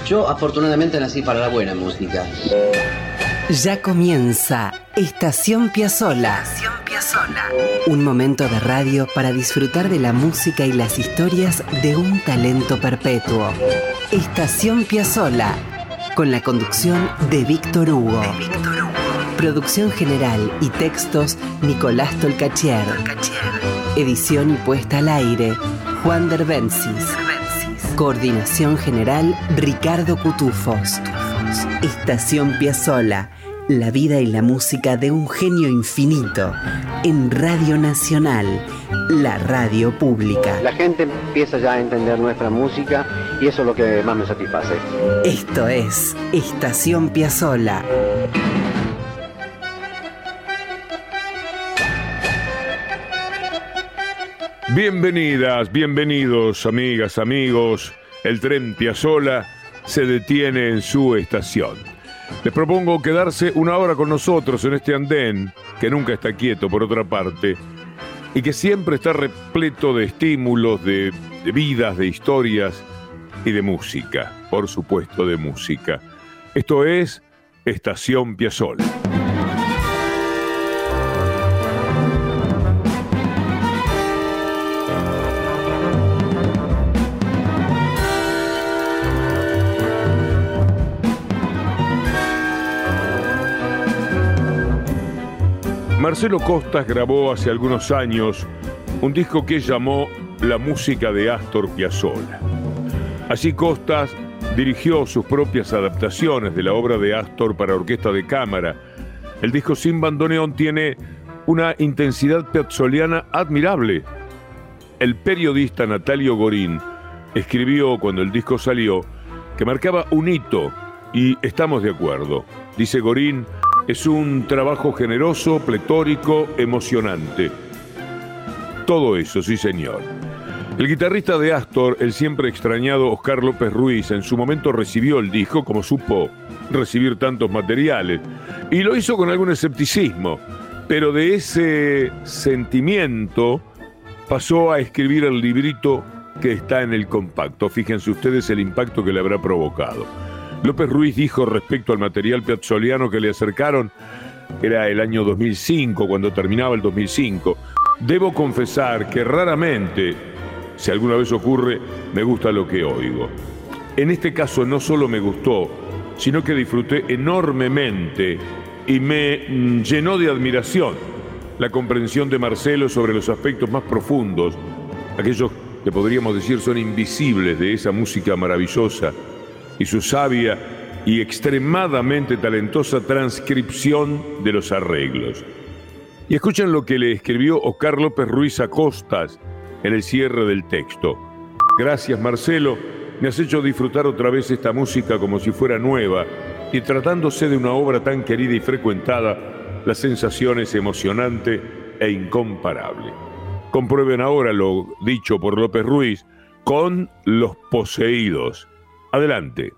Yo afortunadamente nací para la buena música. Ya comienza Estación Piazzolla. Un momento de radio para disfrutar de la música y las historias de un talento perpetuo. Estación Piazzolla, con la conducción de Víctor Hugo. Producción general y textos, Nicolás Tolcachier. Edición y puesta al aire, Juan Derbencis. Coordinación general, Ricardo Cutufos. Estación Piazzolla, la vida y la música de un genio infinito, en Radio Nacional, la radio pública. La gente empieza ya a entender nuestra música y eso es lo que más me satisface. Esto es Estación Piazzolla. Bienvenidas, bienvenidos, amigas, amigos. El tren Piazzolla se detiene en su estación. Les propongo quedarse una hora con nosotros en este andén, que nunca está quieto por otra parte, y que siempre está repleto de estímulos, de vidas, de historias y de música, por supuesto de música. Esto es Estación Piazzolla. Marcelo Costas grabó hace algunos años un disco que llamó La música de Astor Piazzolla. Así Costas dirigió sus propias adaptaciones de la obra de Astor para orquesta de cámara. El disco sin bandoneón tiene una intensidad piazzoliana admirable. El periodista Natalio Gorín escribió cuando el disco salió que marcaba un hito, y estamos de acuerdo. Dice Gorín: es un trabajo generoso, pletórico, emocionante. Todo eso, sí señor. El guitarrista de Astor, el siempre extrañado Oscar López Ruiz, en su momento recibió el disco como supo recibir tantos materiales, y lo hizo con algún escepticismo, pero de ese sentimiento pasó a escribir el librito que está en el compacto. Fíjense ustedes el impacto que le habrá provocado. López Ruiz dijo respecto al material piazzoliano que le acercaron, era el año 2005, cuando terminaba el 2005, debo confesar que raramente, si alguna vez ocurre, me gusta lo que oigo. En este caso no solo me gustó, sino que disfruté enormemente y me llenó de admiración la comprensión de Marcelo sobre los aspectos más profundos, aquellos que podríamos decir son invisibles de esa música maravillosa, y su sabia y extremadamente talentosa transcripción de los arreglos. Y escuchen lo que le escribió Oscar López Ruiz a Costas en el cierre del texto. Gracias, Marcelo, me has hecho disfrutar otra vez esta música como si fuera nueva, y tratándose de una obra tan querida y frecuentada, la sensación es emocionante e incomparable. Comprueben ahora lo dicho por López Ruiz con Los Poseídos. Adelante.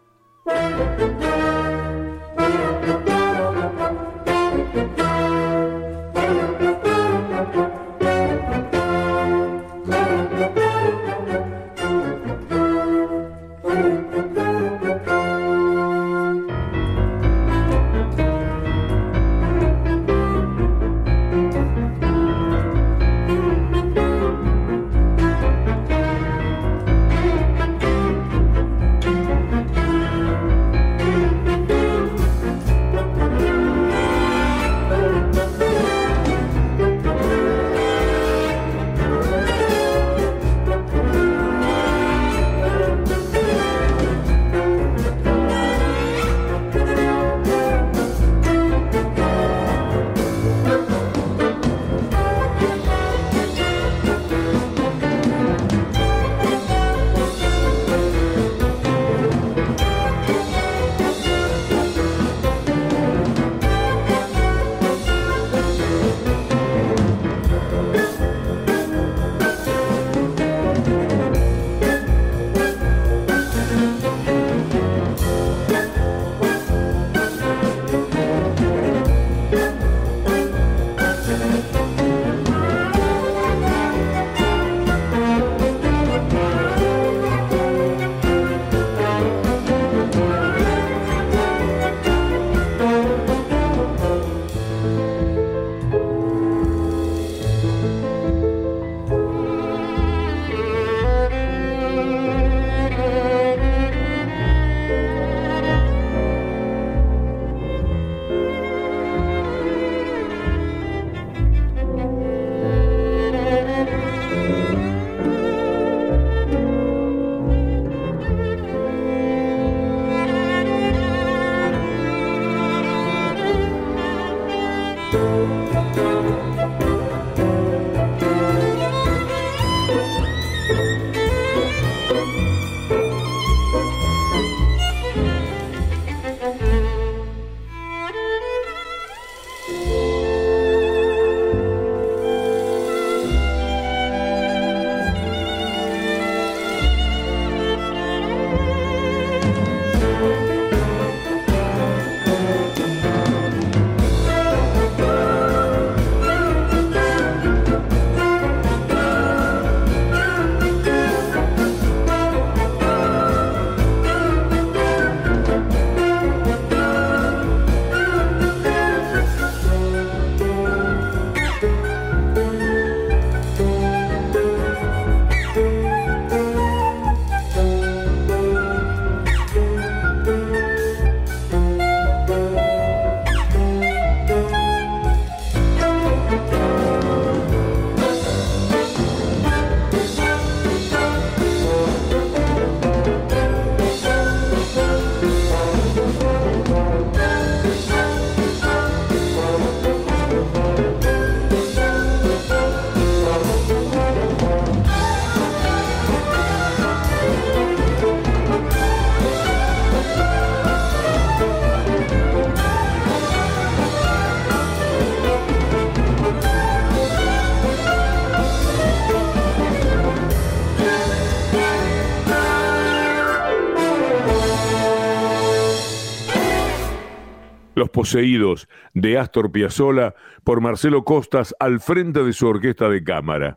Los Poseídos, de Astor Piazzolla, por Marcelo Costas al frente de su orquesta de cámara.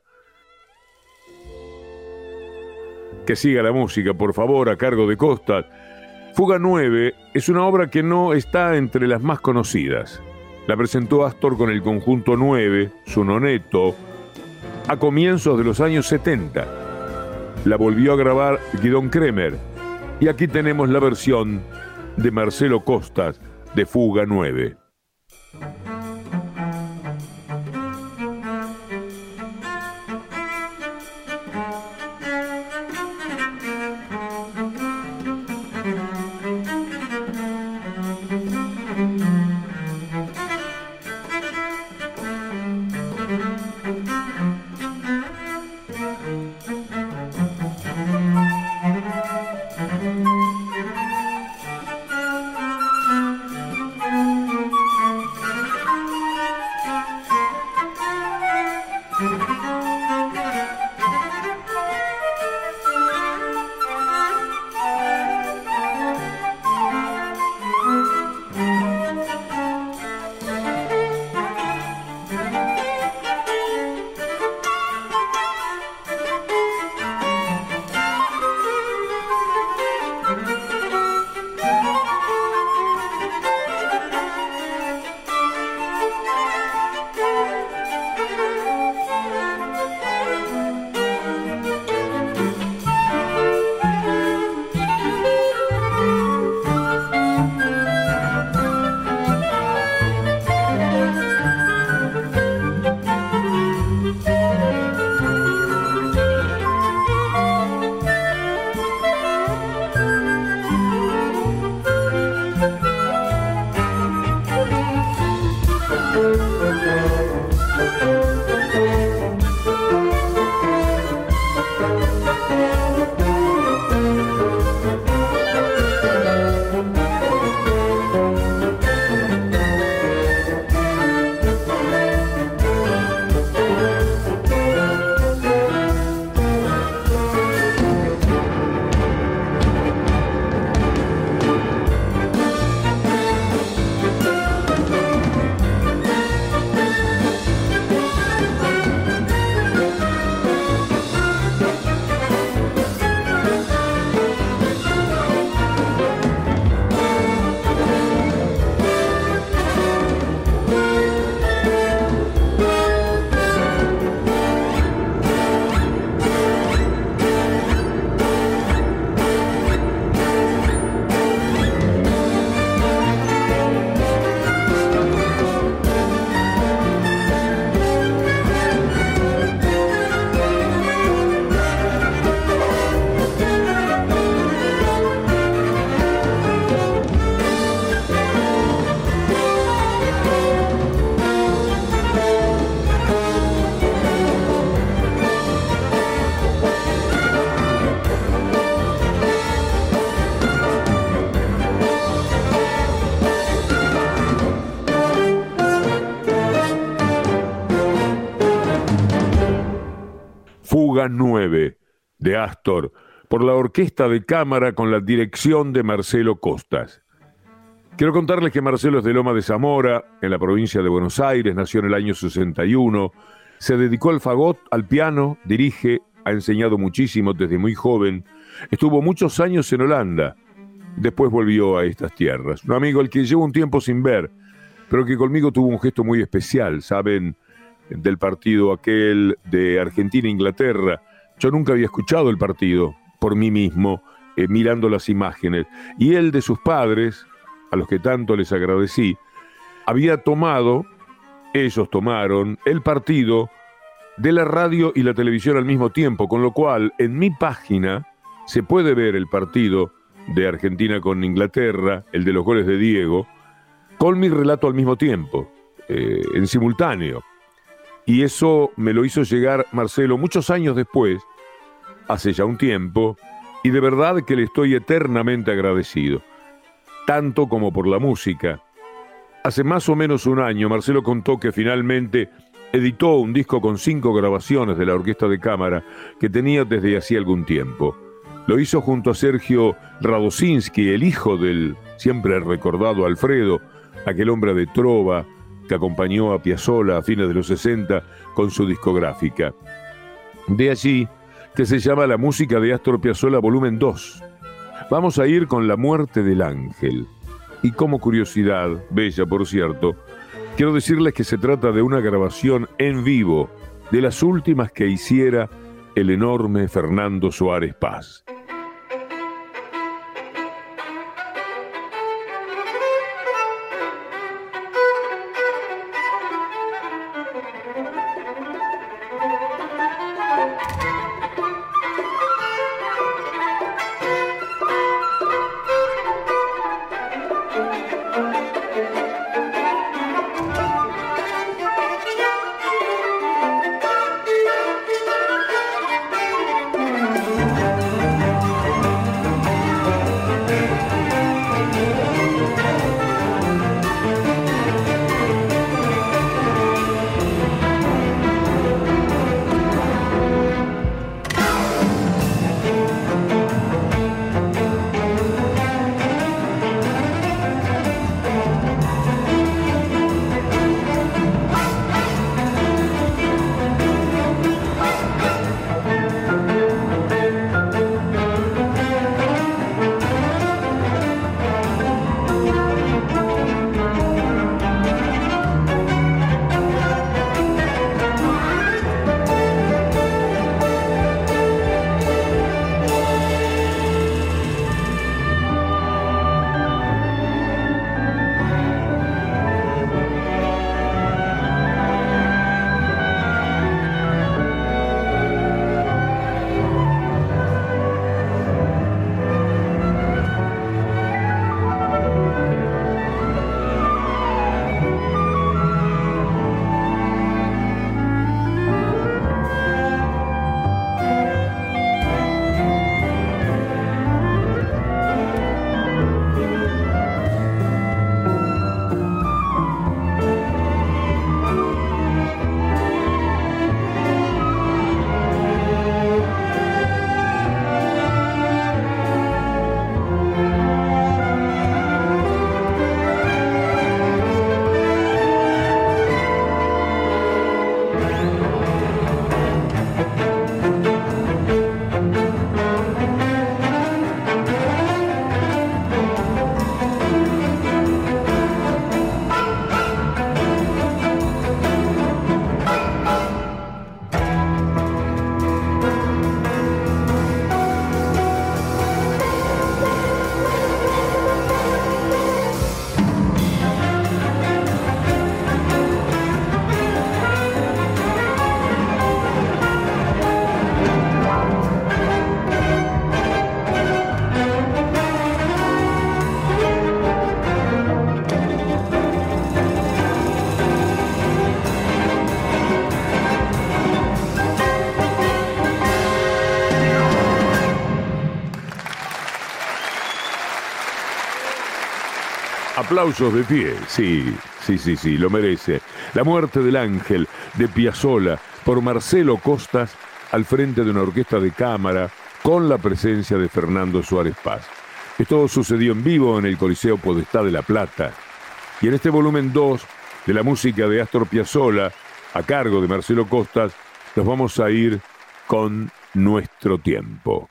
Que siga la música, por favor, a cargo de Costas. Fuga 9 es una obra que no está entre las más conocidas. La presentó Astor con el conjunto 9, su noneto, a comienzos de los años 70. La volvió a grabar Guidón Kremer. Y aquí tenemos la versión de Marcelo Costas de Fuga 9. Fuga 9 de Astor por la orquesta de cámara con la dirección de Marcelo Costas. Quiero contarles que Marcelo es de Loma de Zamora, en la provincia de Buenos Aires, nació en el año 61, se dedicó al fagot, al piano, dirige, ha enseñado muchísimo desde muy joven, estuvo muchos años en Holanda, después volvió a estas tierras. Un amigo al que llevo un tiempo sin ver, pero que conmigo tuvo un gesto muy especial, ¿saben? Del partido aquel de Argentina-Inglaterra. Yo nunca había escuchado el partido por mí mismo, mirando las imágenes. Y él de sus padres, a los que tanto les agradecí, ellos tomaron el partido de la radio y la televisión al mismo tiempo, con lo cual en mi página se puede ver el partido de Argentina con Inglaterra, el de los goles de Diego, con mi relato al mismo tiempo, en simultáneo. Y eso me lo hizo llegar Marcelo muchos años después, hace ya un tiempo, y de verdad que le estoy eternamente agradecido, tanto como por la música. Hace más o menos un año, Marcelo contó que finalmente editó un disco con 5 grabaciones de la orquesta de cámara que tenía desde hacía algún tiempo. Lo hizo junto a Sergio Radosinski, el hijo del siempre recordado Alfredo, aquel hombre de trova que acompañó a Piazzolla a fines de los 60 con su discográfica. De allí que se llama La música de Astor Piazzolla volumen 2. Vamos a ir con La muerte del ángel. Y como curiosidad, bella por cierto, quiero decirles que se trata de una grabación en vivo de las últimas que hiciera el enorme Fernando Suárez Paz. Aplausos de pie, sí, lo merece. La muerte del ángel de Piazzolla por Marcelo Costas al frente de una orquesta de cámara con la presencia de Fernando Suárez Paz. Esto sucedió en vivo en el Coliseo Podestá de La Plata. Y en este volumen 2 de la música de Astor Piazzolla, a cargo de Marcelo Costas, nos vamos a ir con Nuestro Tiempo.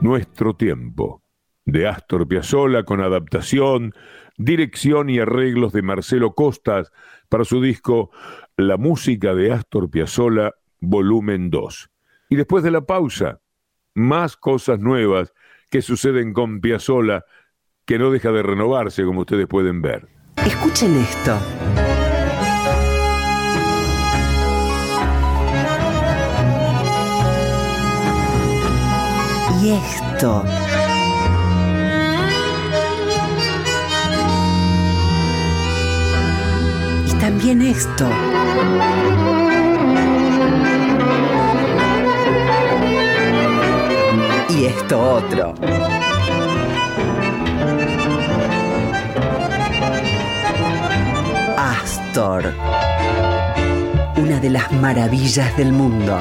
Nuestro tiempo, de Astor Piazzolla, con adaptación, dirección y arreglos de Marcelo Costas para su disco La música de Astor Piazzolla, volumen 2. Y después de la pausa, más cosas nuevas que suceden con Piazzolla, que no deja de renovarse, como ustedes pueden ver. Escuchen esto. Y esto. Y también esto. Y esto otro. Astor, una de las maravillas del mundo.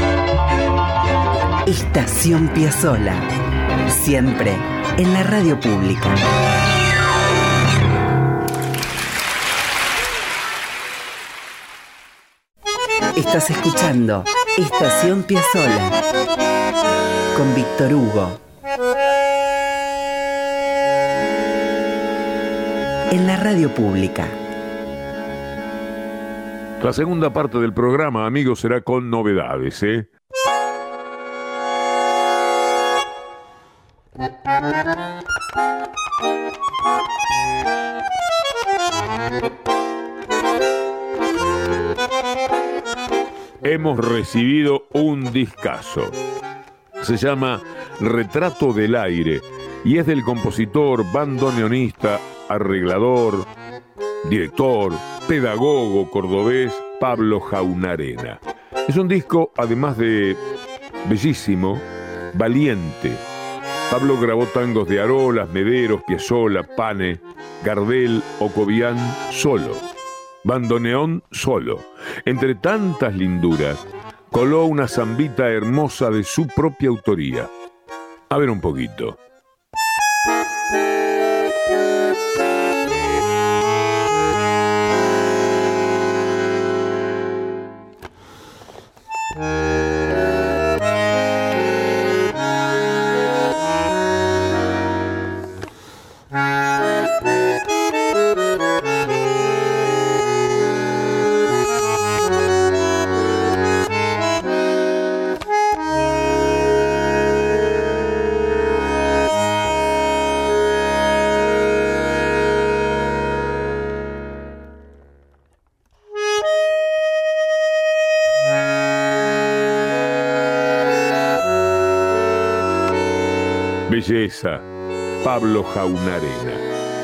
Estación Piazzolla, siempre en la radio pública. Estás escuchando Estación Piazzolla con Víctor Hugo. En la radio pública. La segunda parte del programa, amigos, será con novedades, ¿eh? Hemos recibido un discazo. Se llama Retrato del Aire y es del compositor, bandoneonista, arreglador, director, pedagogo cordobés Pablo Jaunarena. Es un disco, además de bellísimo, valiente. Pablo grabó tangos de Arolas, Mederos, Piazzolla, Pane, Gardel o Cobian solo. Bandoneón solo. Entre tantas linduras, coló una zambita hermosa de su propia autoría. A ver un poquito. Belleza, Pablo Jaunarena.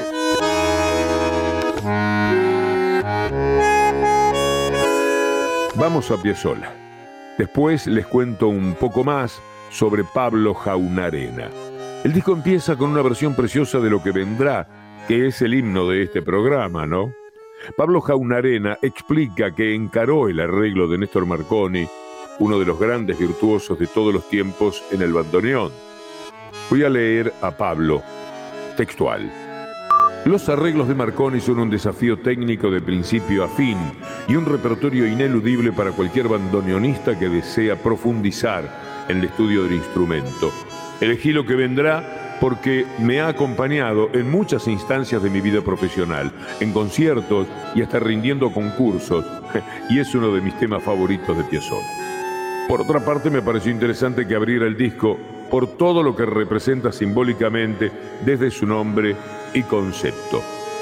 Vamos a Piazzolla. Después les cuento un poco más sobre Pablo Jaunarena. El disco empieza con una versión preciosa de Lo que vendrá, que es el himno de este programa, ¿no? Pablo Jaunarena explica que encaró el arreglo de Néstor Marconi, uno de los grandes virtuosos de todos los tiempos en el bandoneón. Voy a leer a Pablo, textual. Los arreglos de Marconi son un desafío técnico de principio a fin y un repertorio ineludible para cualquier bandoneonista que desea profundizar en el estudio del instrumento. Elegí Lo que vendrá porque me ha acompañado en muchas instancias de mi vida profesional, en conciertos y hasta rindiendo concursos, y es uno de mis temas favoritos de Piazzolla. Por otra parte, me pareció interesante que abriera el disco por todo lo que representa simbólicamente desde su nombre y concepto.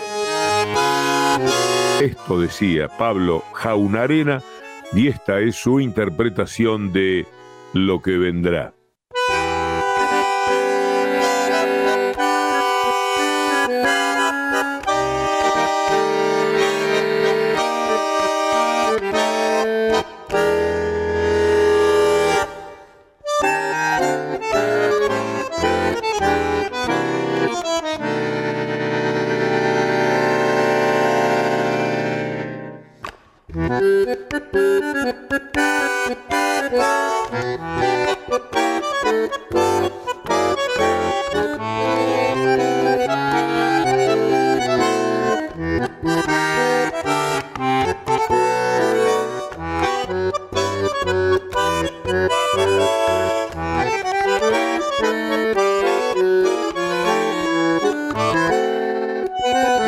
Esto decía Pablo Jaunarena y esta es su interpretación de Lo que vendrá.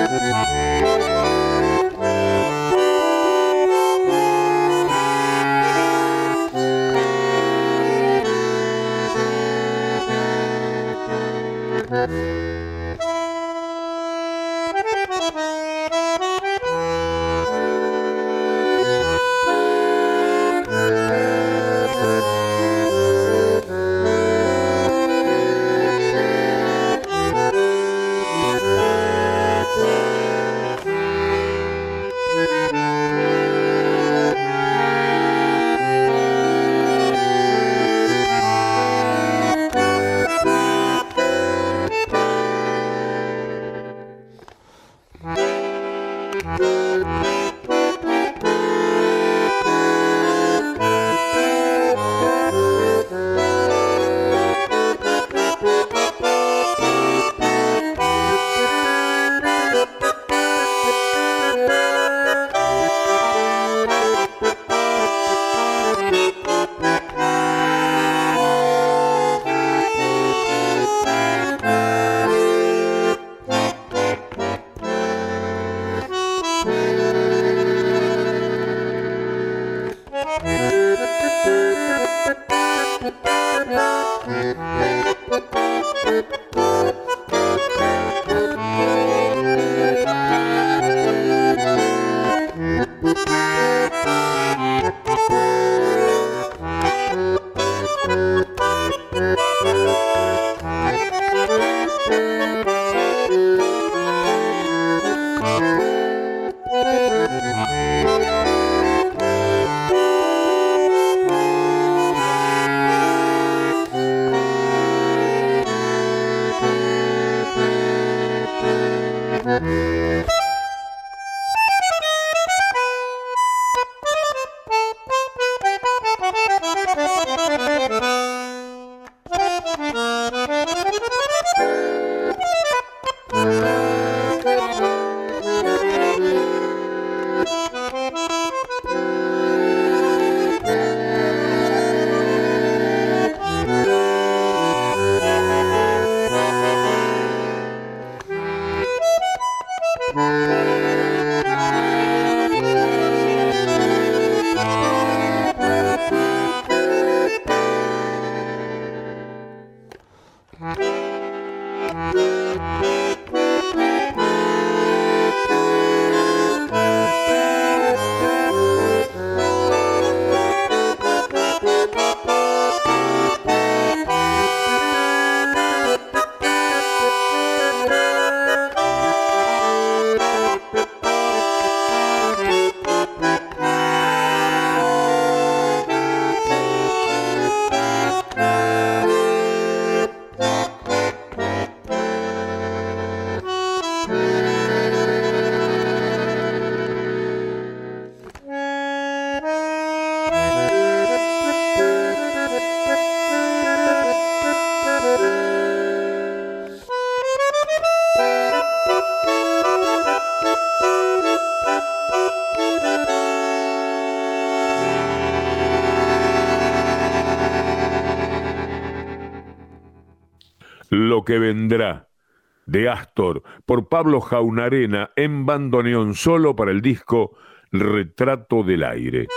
Lo que vendrá, de Astor, por Pablo Jaunarena, en bandoneón solo para el disco Retrato del Aire.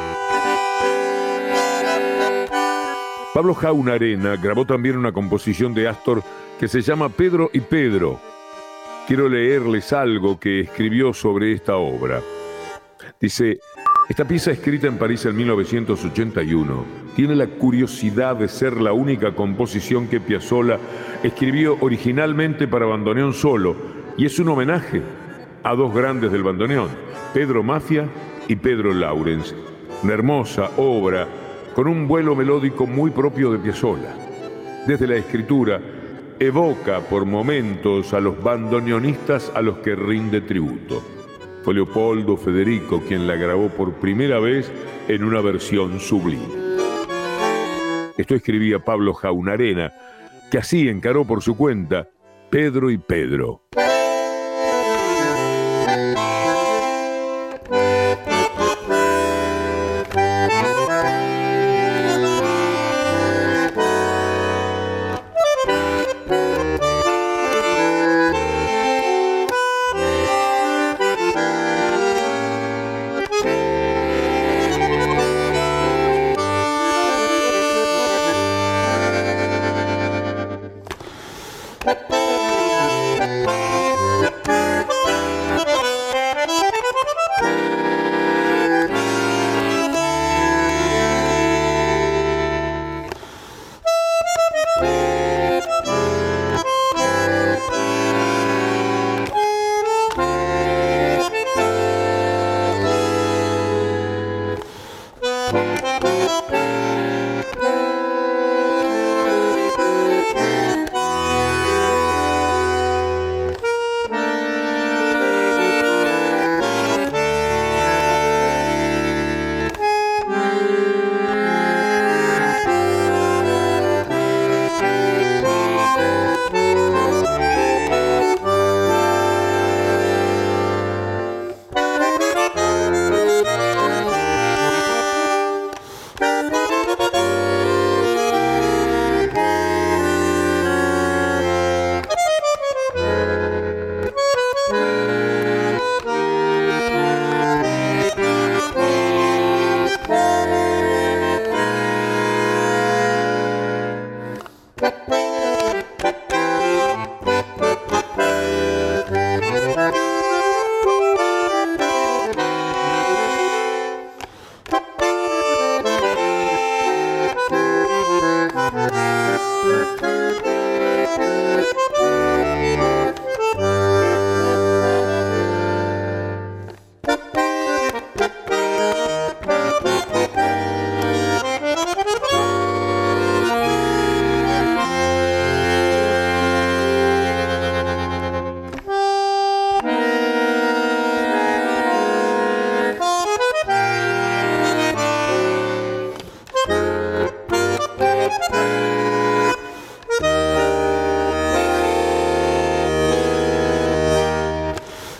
Pablo Jaunarena grabó también una composición de Astor que se llama Pedro y Pedro. Quiero leerles algo que escribió sobre esta obra. Dice: esta pieza, escrita en París en 1981, tiene la curiosidad de ser la única composición que Piazzolla escribió originalmente para bandoneón solo, y es un homenaje a dos grandes del bandoneón, Pedro Mafia y Pedro Lawrence. Una hermosa obra con un vuelo melódico muy propio de Piazzolla. Desde la escritura, evoca por momentos a los bandoneonistas a los que rinde tributo. Fue Leopoldo Federico quien la grabó por primera vez en una versión sublime. Esto escribía Pablo Jaunarena, que así encaró por su cuenta Pedro y Pedro.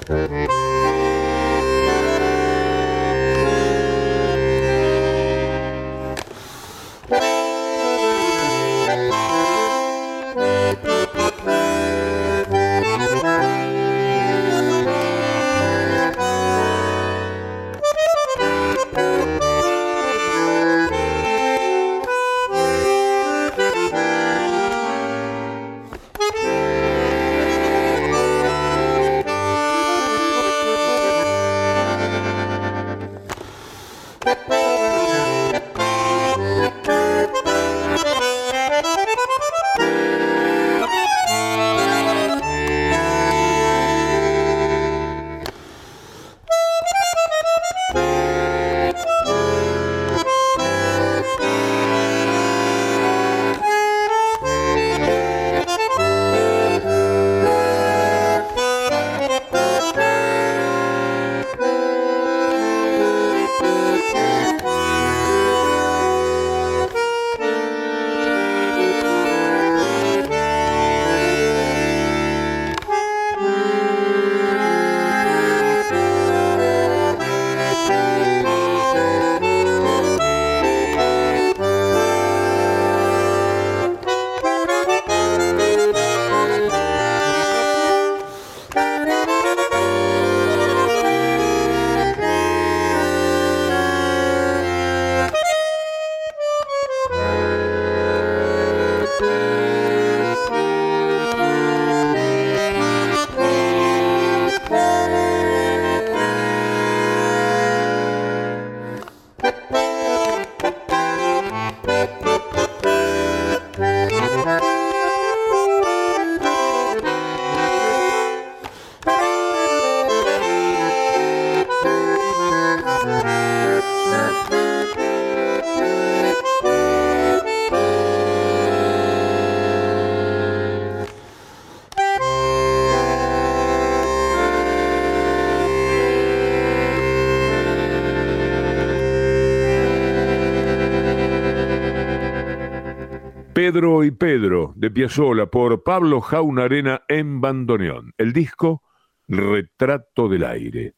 Pedro y Pedro, de Piazzolla, por Pablo Jaunarena en bandoneón. El disco Retrato del Aire.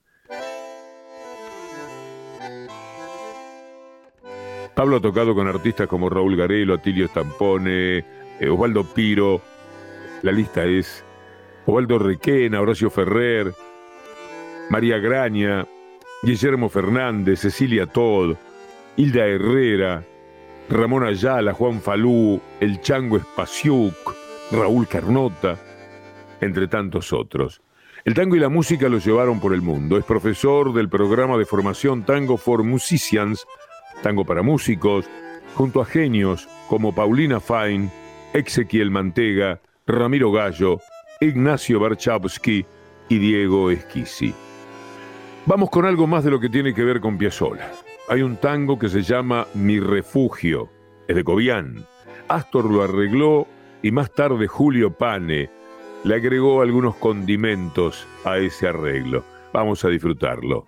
Pablo ha tocado con artistas como Raúl Garelo, Atilio Stampone, Osvaldo Piro, la lista es Osvaldo Requena, Horacio Ferrer, María Graña, Guillermo Fernández, Cecilia Todd, Hilda Herrera, Ramón Ayala, Juan Falú, El Chango Espasiuk, Raúl Carnota, entre tantos otros. El tango y la música lo llevaron por el mundo. Es profesor del programa de formación Tango for Musicians, Tango para Músicos, junto a genios como Paulina Fine, Ezequiel Mantega, Ramiro Gallo, Ignacio Barchavsky y Diego Esquisi. Vamos con algo más de lo que tiene que ver con Piazzolla. Hay un tango que se llama Mi Refugio, es de Cobián. Astor lo arregló y más tarde Julio Pane le agregó algunos condimentos a ese arreglo. Vamos a disfrutarlo.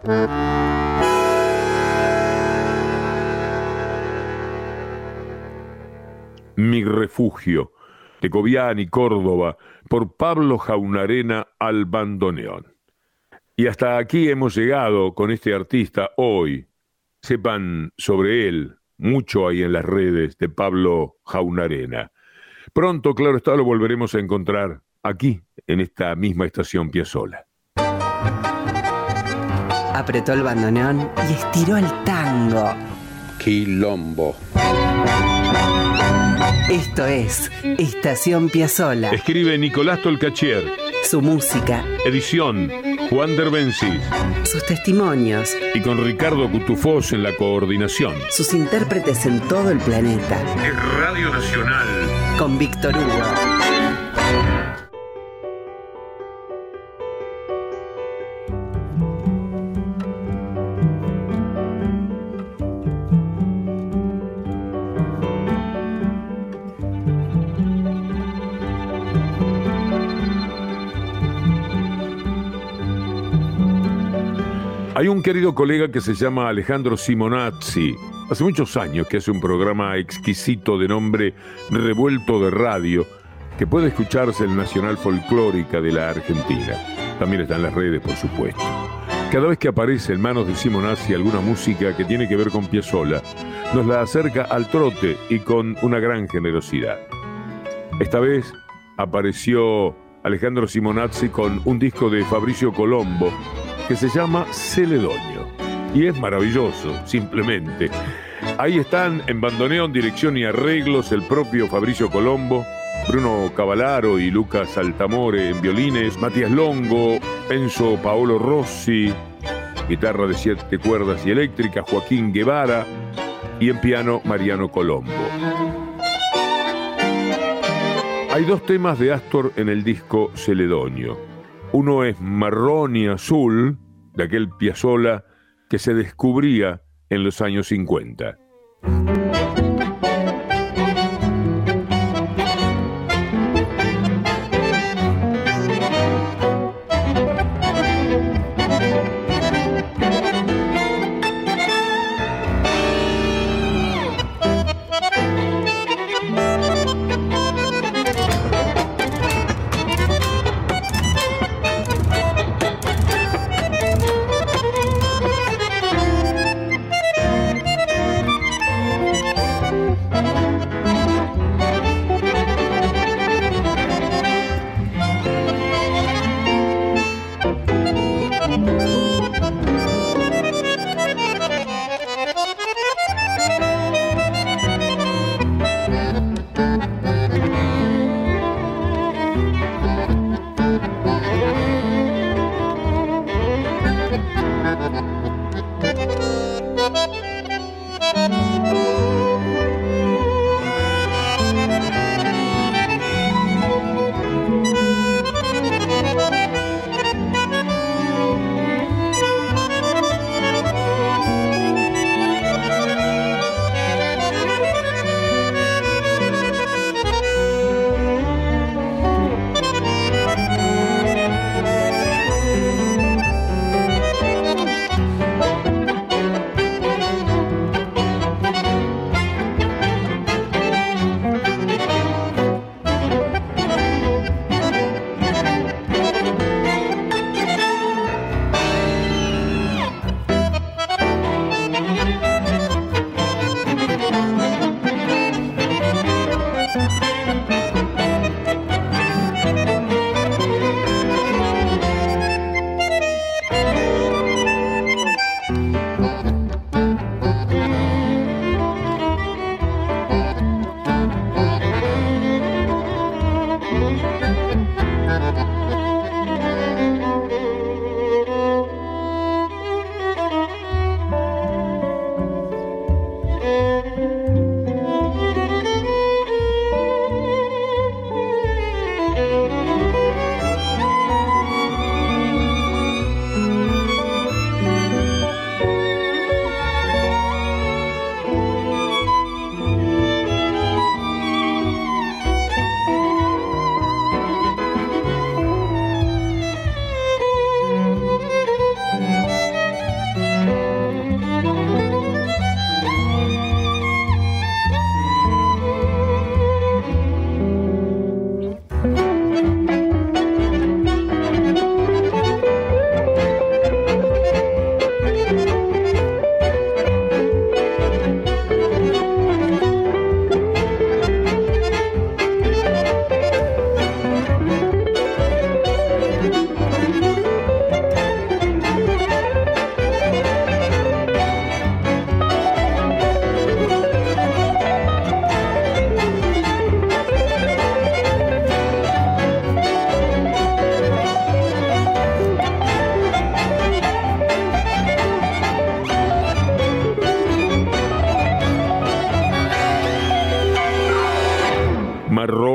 Mi refugio, de Cobián y Córdoba, por Pablo Jaunarena al bandoneón. Y hasta aquí hemos llegado con este artista hoy. Sepan sobre él, mucho hay en las redes de Pablo Jaunarena. Pronto, claro está, lo volveremos a encontrar aquí, en esta misma estación Piazzolla. Apretó el bandoneón y estiró el tango. Quilombo. Esto es Estación Piazzolla. Escribe Nicolás Tolcachier. Su música. Edición Juan Derbencis. Sus testimonios. Y con Ricardo Cutufós en la coordinación. Sus intérpretes en todo el planeta. Es Radio Nacional. Con Víctor Hugo. Hay un querido colega que se llama Alejandro Simonazzi. Hace muchos años que hace un programa exquisito de nombre Revuelto de Radio, que puede escucharse en Nacional Folclórica de la Argentina. También está en las redes, por supuesto. Cada vez que aparece en manos de Simonazzi alguna música que tiene que ver con Piazzolla, nos la acerca al trote y con una gran generosidad. Esta vez apareció Alejandro Simonazzi con un disco de Fabricio Colombo que se llama Celedonio. Y es maravilloso, simplemente. Ahí están en bandoneón, dirección y arreglos el propio Fabricio Colombo, Bruno Cavallaro y Lucas Altamore en violines, Matías Longo, Enzo Paolo Rossi, guitarra de 7 cuerdas y eléctrica, Joaquín Guevara, y en piano Mariano Colombo. Hay 2 temas de Astor en el disco Celedonio. Uno es Marrón y Azul, de aquel Piazzolla que se descubría en los años 50.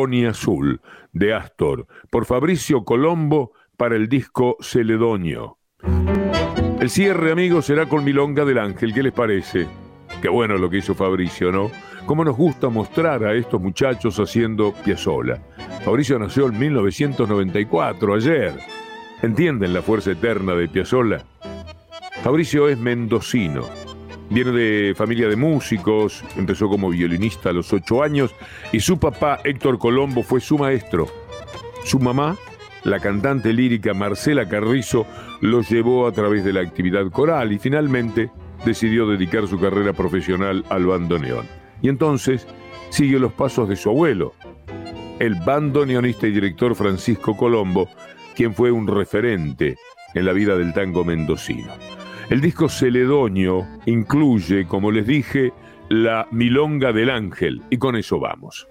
Colonia Azul, de Astor, por Fabricio Colombo para el disco Celedonio. El cierre, amigos, será con Milonga del Ángel. ¿Qué les parece? Qué bueno lo que hizo Fabricio, ¿no? Cómo nos gusta mostrar a estos muchachos haciendo Piazzolla. Fabricio nació en 1994, ayer. ¿Entienden la fuerza eterna de Piazzolla? Fabricio es mendocino. Viene de familia de músicos, empezó como violinista a los 8 años y su papá, Héctor Colombo, fue su maestro. Su mamá, la cantante lírica Marcela Carrizo, los llevó a través de la actividad coral y finalmente decidió dedicar su carrera profesional al bandoneón. Y entonces siguió los pasos de su abuelo, el bandoneonista y director Francisco Colombo, quien fue un referente en la vida del tango mendocino. El disco Celedonio incluye, como les dije, la Milonga del Ángel, y con eso vamos.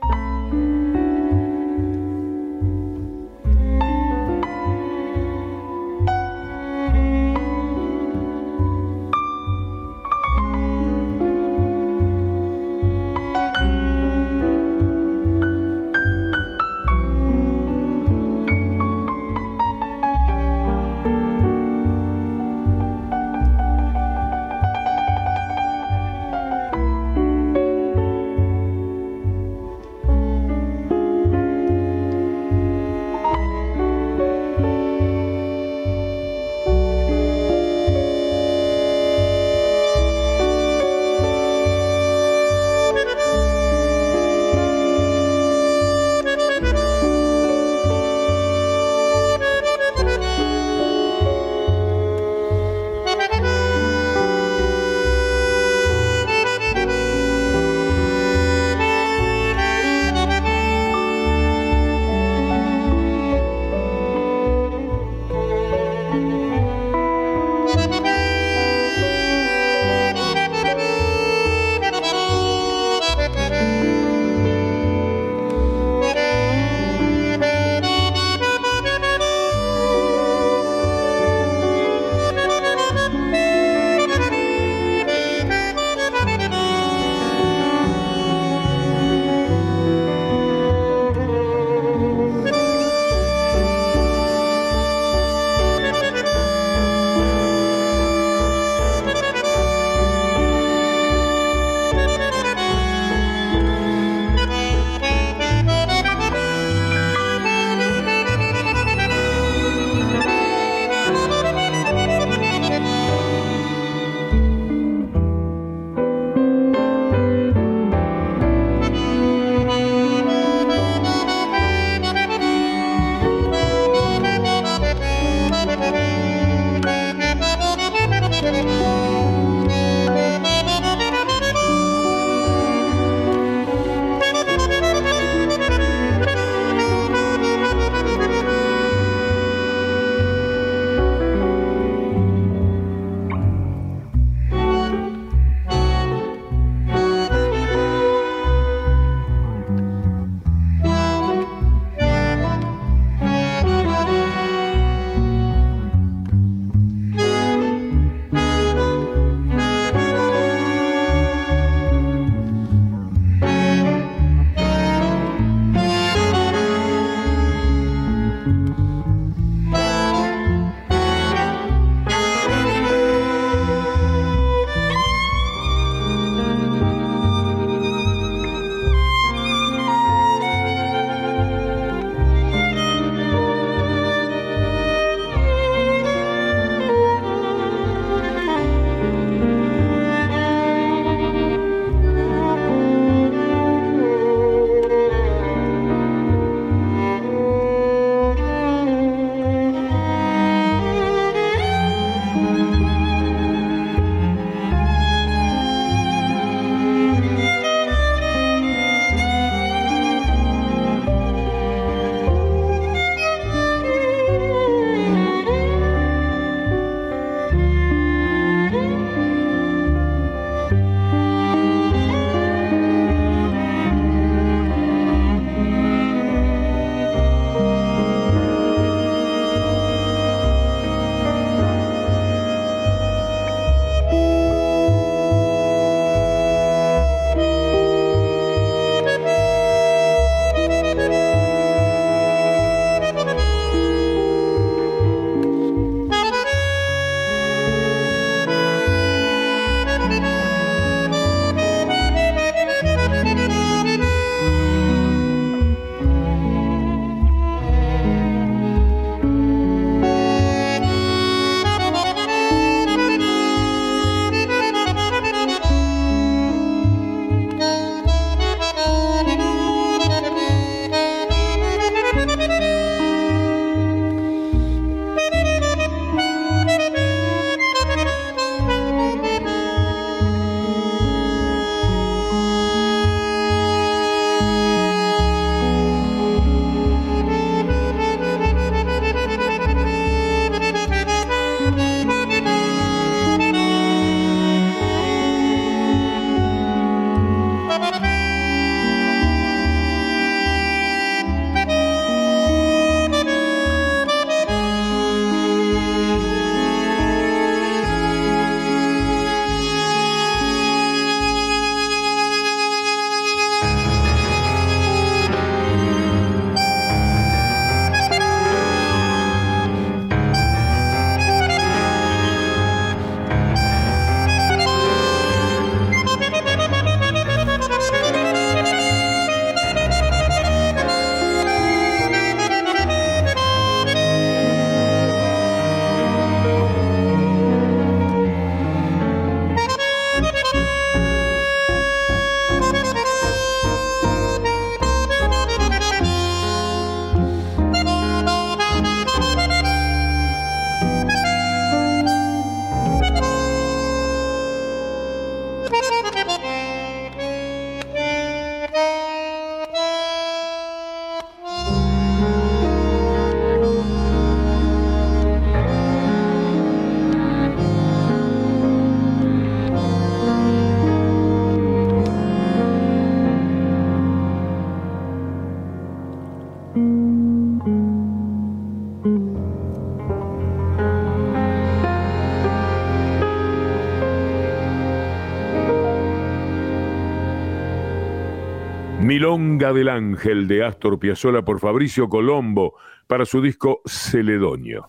Milonga del Ángel de Astor Piazzolla por Fabricio Colombo para su disco Celedonio.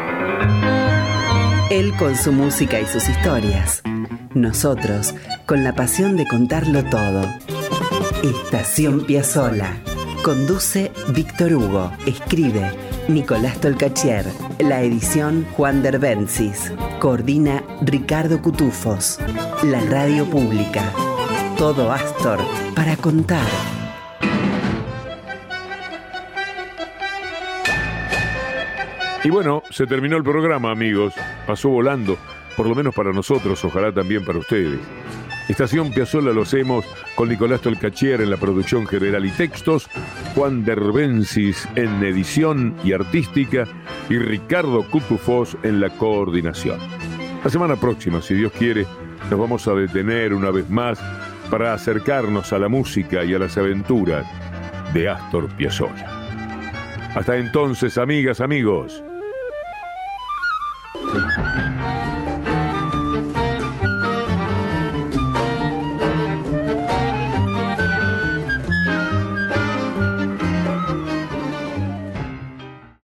Él con su música y sus historias. Nosotros con la pasión de contarlo todo. Estación Piazzolla. Conduce Víctor Hugo. Escribe Nicolás Tolcachier. La edición Juan Derbencis. Coordina Ricardo Cutufos. La radio pública. Todo Astor para contar. Y bueno, se terminó el programa, amigos. Pasó volando, por lo menos para nosotros, ojalá también para ustedes. Estación Piazzolla lo hacemos con Nicolás Tolcachier en la producción general y textos, Juan Derbencis en edición y artística y Ricardo Cutufós en la coordinación. La semana próxima, si Dios quiere, nos vamos a detener una vez más para acercarnos a la música y a las aventuras de Astor Piazzolla. Hasta entonces, amigas, amigos.